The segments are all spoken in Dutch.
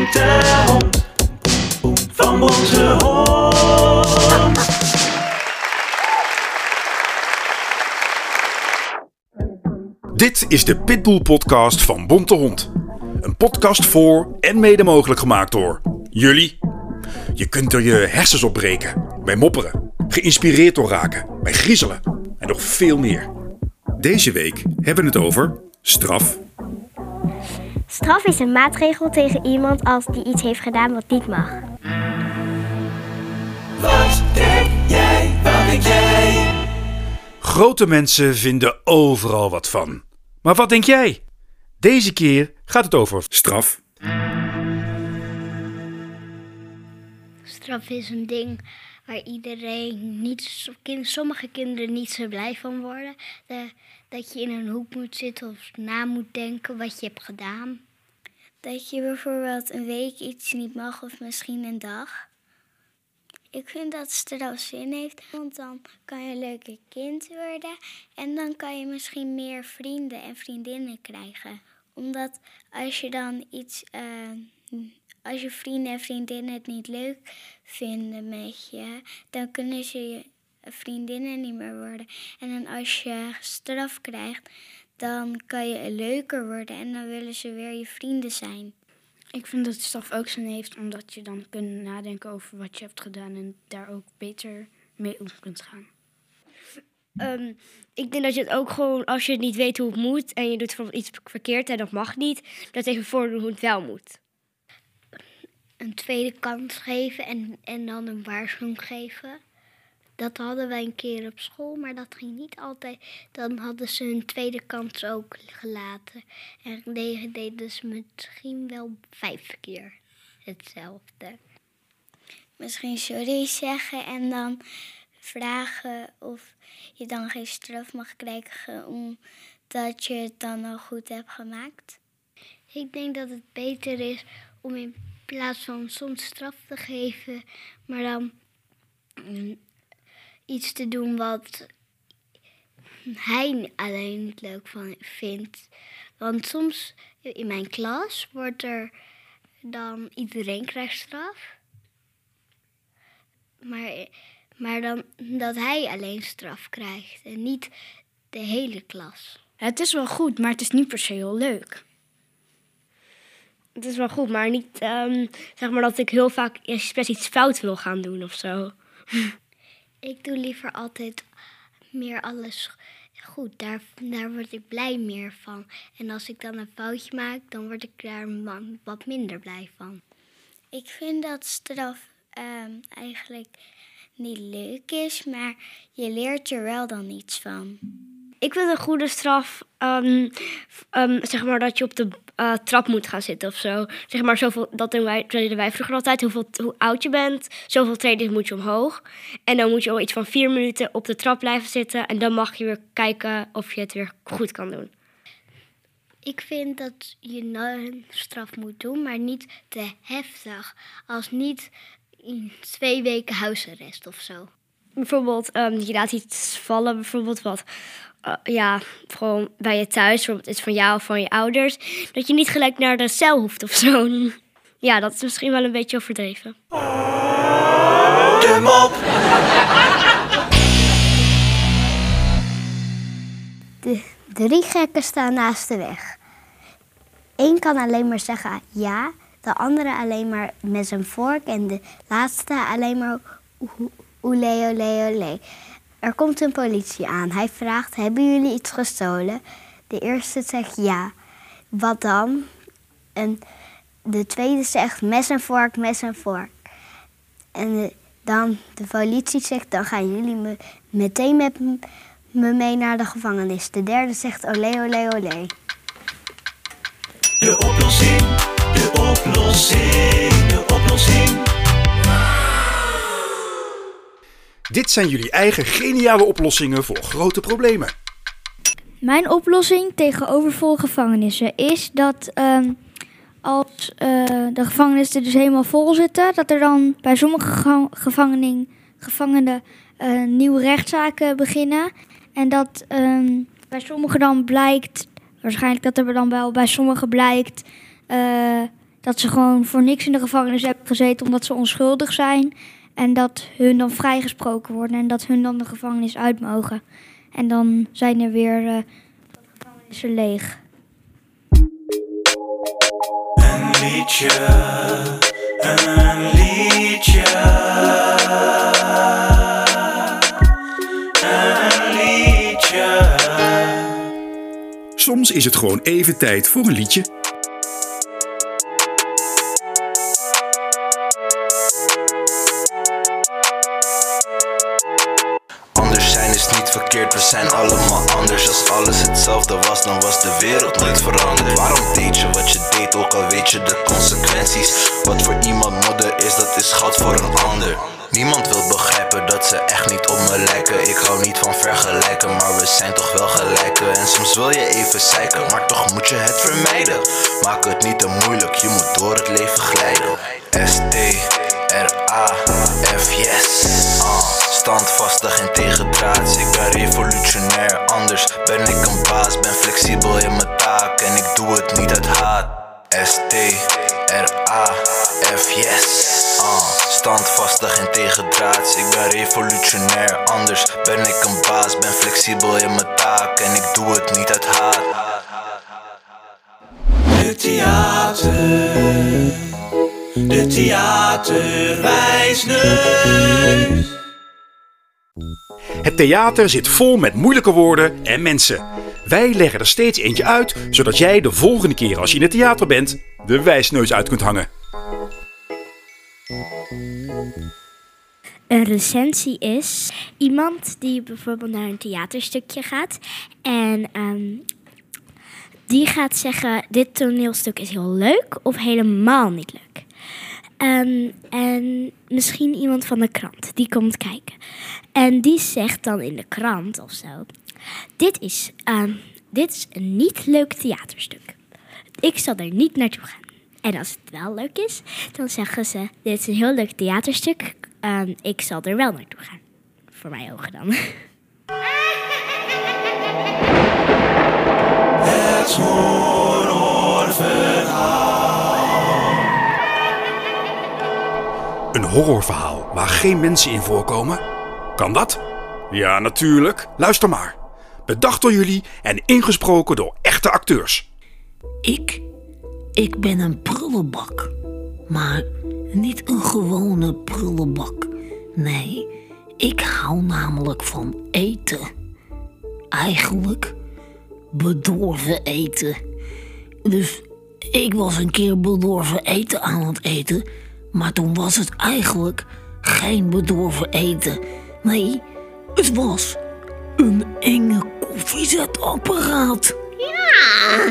bonte hond. Van Bonte Hond. Dit is de Pitbull podcast van Bonte Hond. Een podcast voor en mede mogelijk gemaakt door jullie. Je kunt er je hersens op breken, bij mopperen, geïnspireerd door raken, bij griezelen en nog veel meer. Deze week hebben we het over straf. Straf is een maatregel tegen iemand als die iets heeft gedaan wat niet mag. Wat denk jij? Wat denk jij? Grote mensen vinden overal wat van. Maar wat denk jij? Deze keer gaat het over straf. Straf is een ding waar iedereen sommige kinderen niet zo blij van worden. Dat je in een hoek moet zitten of na moet denken wat je hebt gedaan. Dat je bijvoorbeeld een week iets niet mag of misschien een dag. Ik vind dat straf zin heeft, want dan kan je een leuke kind worden en dan kan je misschien meer vrienden en vriendinnen krijgen. Omdat als je dan als je vrienden en vriendinnen het niet leuk vinden met je, dan kunnen ze je vriendinnen niet meer worden. En dan als je straf krijgt, dan kan je leuker worden en dan willen ze weer je vrienden zijn. Ik vind dat straf ook zin heeft, omdat je dan kunt nadenken over wat je hebt gedaan en daar ook beter mee om kunt gaan. Ik denk dat je het ook gewoon, als je niet weet hoe het moet en je doet bijvoorbeeld iets verkeerd en dat mag niet, dat even voordoen hoe het wel moet. Een tweede kans geven en dan een waarschuwing geven. Dat hadden wij een keer op school, maar dat ging niet altijd. Dan hadden ze hun tweede kans ook gelaten. En deden ze misschien wel 5 keer hetzelfde. Misschien sorry zeggen en dan vragen of je dan geen straf mag krijgen omdat je het dan al goed hebt gemaakt. Ik denk dat het beter is om in plaats van soms straf te geven, maar dan iets te doen wat hij alleen niet leuk vindt. Want soms in mijn klas wordt er dan iedereen krijgt straf. Maar dan dat hij alleen straf krijgt en niet de hele klas. Het is wel goed, maar het is niet per se heel leuk. Het is wel goed, maar niet zeg maar dat ik heel vaak expres iets fout wil gaan doen of zo. Ik doe liever altijd meer alles goed. Daar word ik blij meer van. En als ik dan een foutje maak, dan word ik daar wat minder blij van. Ik vind dat straf eigenlijk niet leuk is, maar je leert er wel dan iets van. Ik vind een goede straf, zeg maar dat je op de trap moet gaan zitten of zo. Zeg maar zoveel, dat deden wij vroeger altijd, hoe oud je bent, zoveel treden moet je omhoog. En dan moet je al iets van 4 minuten op de trap blijven zitten en dan mag je weer kijken of je het weer goed kan doen. Ik vind dat je een straf moet doen, maar niet te heftig. Als niet in 2 weken huisarrest of zo. Bijvoorbeeld, je laat iets vallen, bijvoorbeeld wat, gewoon bij je thuis, bijvoorbeeld iets van jou of van je ouders, dat je niet gelijk naar de cel hoeft of zo. Ja, dat is misschien wel een beetje overdreven. De mop. De 3 gekken staan naast de weg. Eén kan alleen maar zeggen ja, de andere alleen maar met zijn vork en de laatste alleen maar oele, ole, ole. Er komt een politie aan. Hij vraagt, hebben jullie iets gestolen? De eerste zegt ja. Wat dan? En de tweede zegt mes en vork, mes en vork. En dan de politie zegt, dan gaan jullie meteen met me mee naar de gevangenis. De derde zegt olé, olé, olé. De oplossing, de oplossing, de oplossing. Dit zijn jullie eigen geniale oplossingen voor grote problemen. Mijn oplossing tegen overvolle gevangenissen is dat als de gevangenissen dus helemaal vol zitten, dat er dan bij sommige gevangenen nieuwe rechtszaken beginnen. En dat bij sommigen dan blijkt, waarschijnlijk dat er dan wel bij sommigen blijkt, dat dat ze gewoon voor niks in de gevangenis hebben gezeten omdat ze onschuldig zijn. En dat hun dan vrijgesproken worden en dat hun dan de gevangenis uit mogen. En dan zijn er weer gevangenissen leeg. Een liedje, een liedje, een liedje. Soms is het gewoon even tijd voor een liedje. Anders zijn is niet verkeerd, we zijn allemaal anders. Als alles hetzelfde was, dan was de wereld nooit veranderd. Waarom deed je wat je deed, ook al weet je de consequenties? Wat voor iemand modder is, dat is goud voor een ander. Niemand wil begrijpen dat ze echt niet op me lijken. Ik hou niet van vergelijken, maar we zijn toch wel gelijken. En soms wil je even zeiken, maar toch moet je het vermijden. Maak het niet te moeilijk, je moet door het leven glijden. S-T-R-A-F, yes. Standvastig en tegendraads, ik ben revolutionair. Anders ben ik een baas, ben flexibel in mijn taak. En ik doe het niet uit haat. S-T-R-A-F, yes. Standvastig en tegendraads, ik ben revolutionair. Anders ben ik een baas, ben flexibel in mijn taak. En ik doe het niet uit haat. De theaterwijsneus. Het theater zit vol met moeilijke woorden en mensen. Wij leggen er steeds eentje uit, zodat jij de volgende keer als je in het theater bent, de wijsneus uit kunt hangen. Een recensie is iemand die bijvoorbeeld naar een theaterstukje gaat en die gaat zeggen: dit toneelstuk is heel leuk of helemaal niet leuk. En misschien iemand van de krant die komt kijken en die zegt dan in de krant of zo: dit is een niet leuk theaterstuk. Ik zal er niet naartoe gaan. En als het wel leuk is, dan zeggen ze: dit is een heel leuk theaterstuk. Ik zal er wel naartoe gaan. Voor mijn ogen dan. Het horrorverhaal. Een horrorverhaal waar geen mensen in voorkomen? Kan dat? Ja, natuurlijk. Luister maar. Bedacht door jullie en ingesproken door echte acteurs. Ik ben een prullenbak. Maar niet een gewone prullenbak. Nee, ik hou namelijk van eten. Eigenlijk bedorven eten. Dus ik was een keer bedorven eten aan het eten. Maar toen was het eigenlijk geen bedorven eten. Nee, het was een enge koffiezetapparaat. Ja.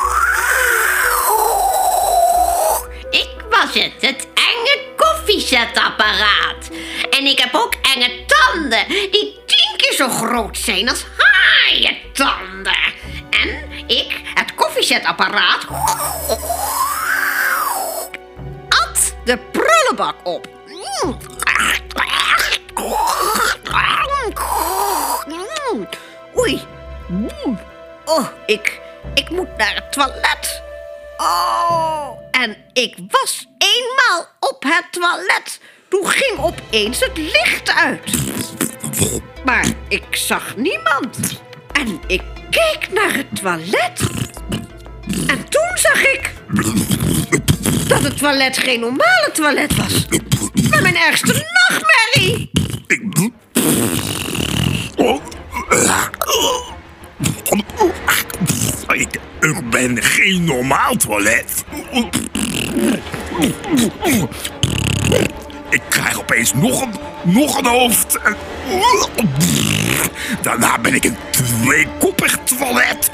Ik was het enge koffiezetapparaat. En ik heb ook enge tanden die 10 keer zo groot zijn als haaientanden. En ik, het koffiezetapparaat, at de prullenbak op. Oei. Oh, ik moet naar het toilet. Oh, en ik was eenmaal op het toilet. Toen ging opeens het licht uit. Maar ik zag niemand. En ik keek naar het toilet. En toen zag ik dat het toilet geen normale toilet was. Maar mijn ergste nachtmerrie. Ik ben geen normaal toilet. Ik krijg opeens nog een hoofd. Daarna ben ik een tweekoppig toilet.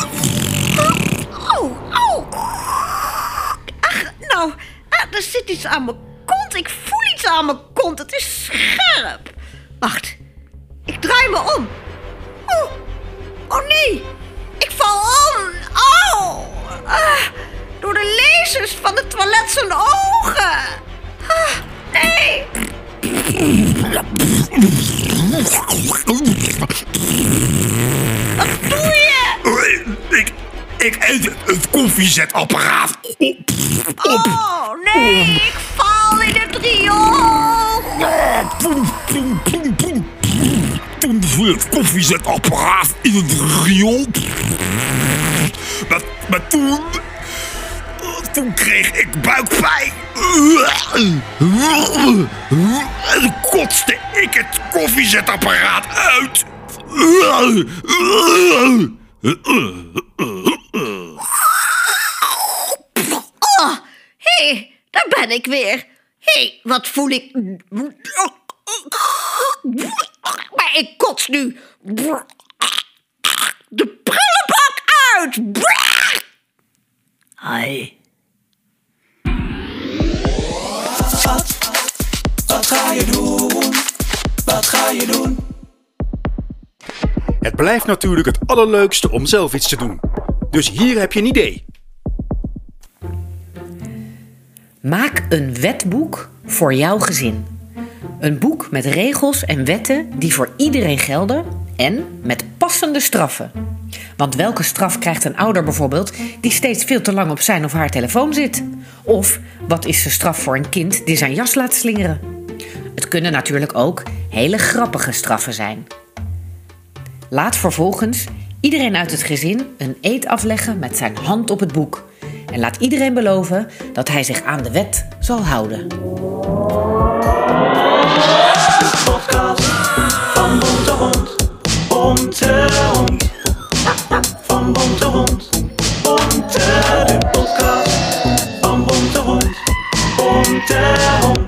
Ach, nou, er zit iets aan mijn kont. Ik voel iets aan mijn kont. Het is scherp. Wacht, ik draai me om. Oh nee, ik val om. Oh, door de lasers van het toilet zijn ogen. Nee. Wat doe je? Ik eet het koffiezetapparaat Oh, nee, ik val in het riool. Toen viel het koffiezetapparaat in het riool. Maar toen kreeg ik buikpijn. En kotste ik het koffiezetapparaat uit. Oh, hé, daar ben ik weer. Hé, wat voel ik? Maar ik kots nu de prullenbak uit. Hi. Wat ga je doen? Wat ga je doen? Het blijft natuurlijk het allerleukste om zelf iets te doen. Dus hier heb je een idee. Maak een wetboek voor jouw gezin. Een boek met regels en wetten die voor iedereen gelden en met passende straffen. Want welke straf krijgt een ouder bijvoorbeeld die steeds veel te lang op zijn of haar telefoon zit? Of wat is de straf voor een kind die zijn jas laat slingeren? Het kunnen natuurlijk ook hele grappige straffen zijn. Laat vervolgens iedereen uit het gezin een eed afleggen met zijn hand op het boek. En laat iedereen beloven dat hij zich aan de wet zal houden. De podcast van Bonte Hond. Bonte Hond. Van Bonte Hond. Bonte, de podcast van Bonte Hond. Bonte Hond.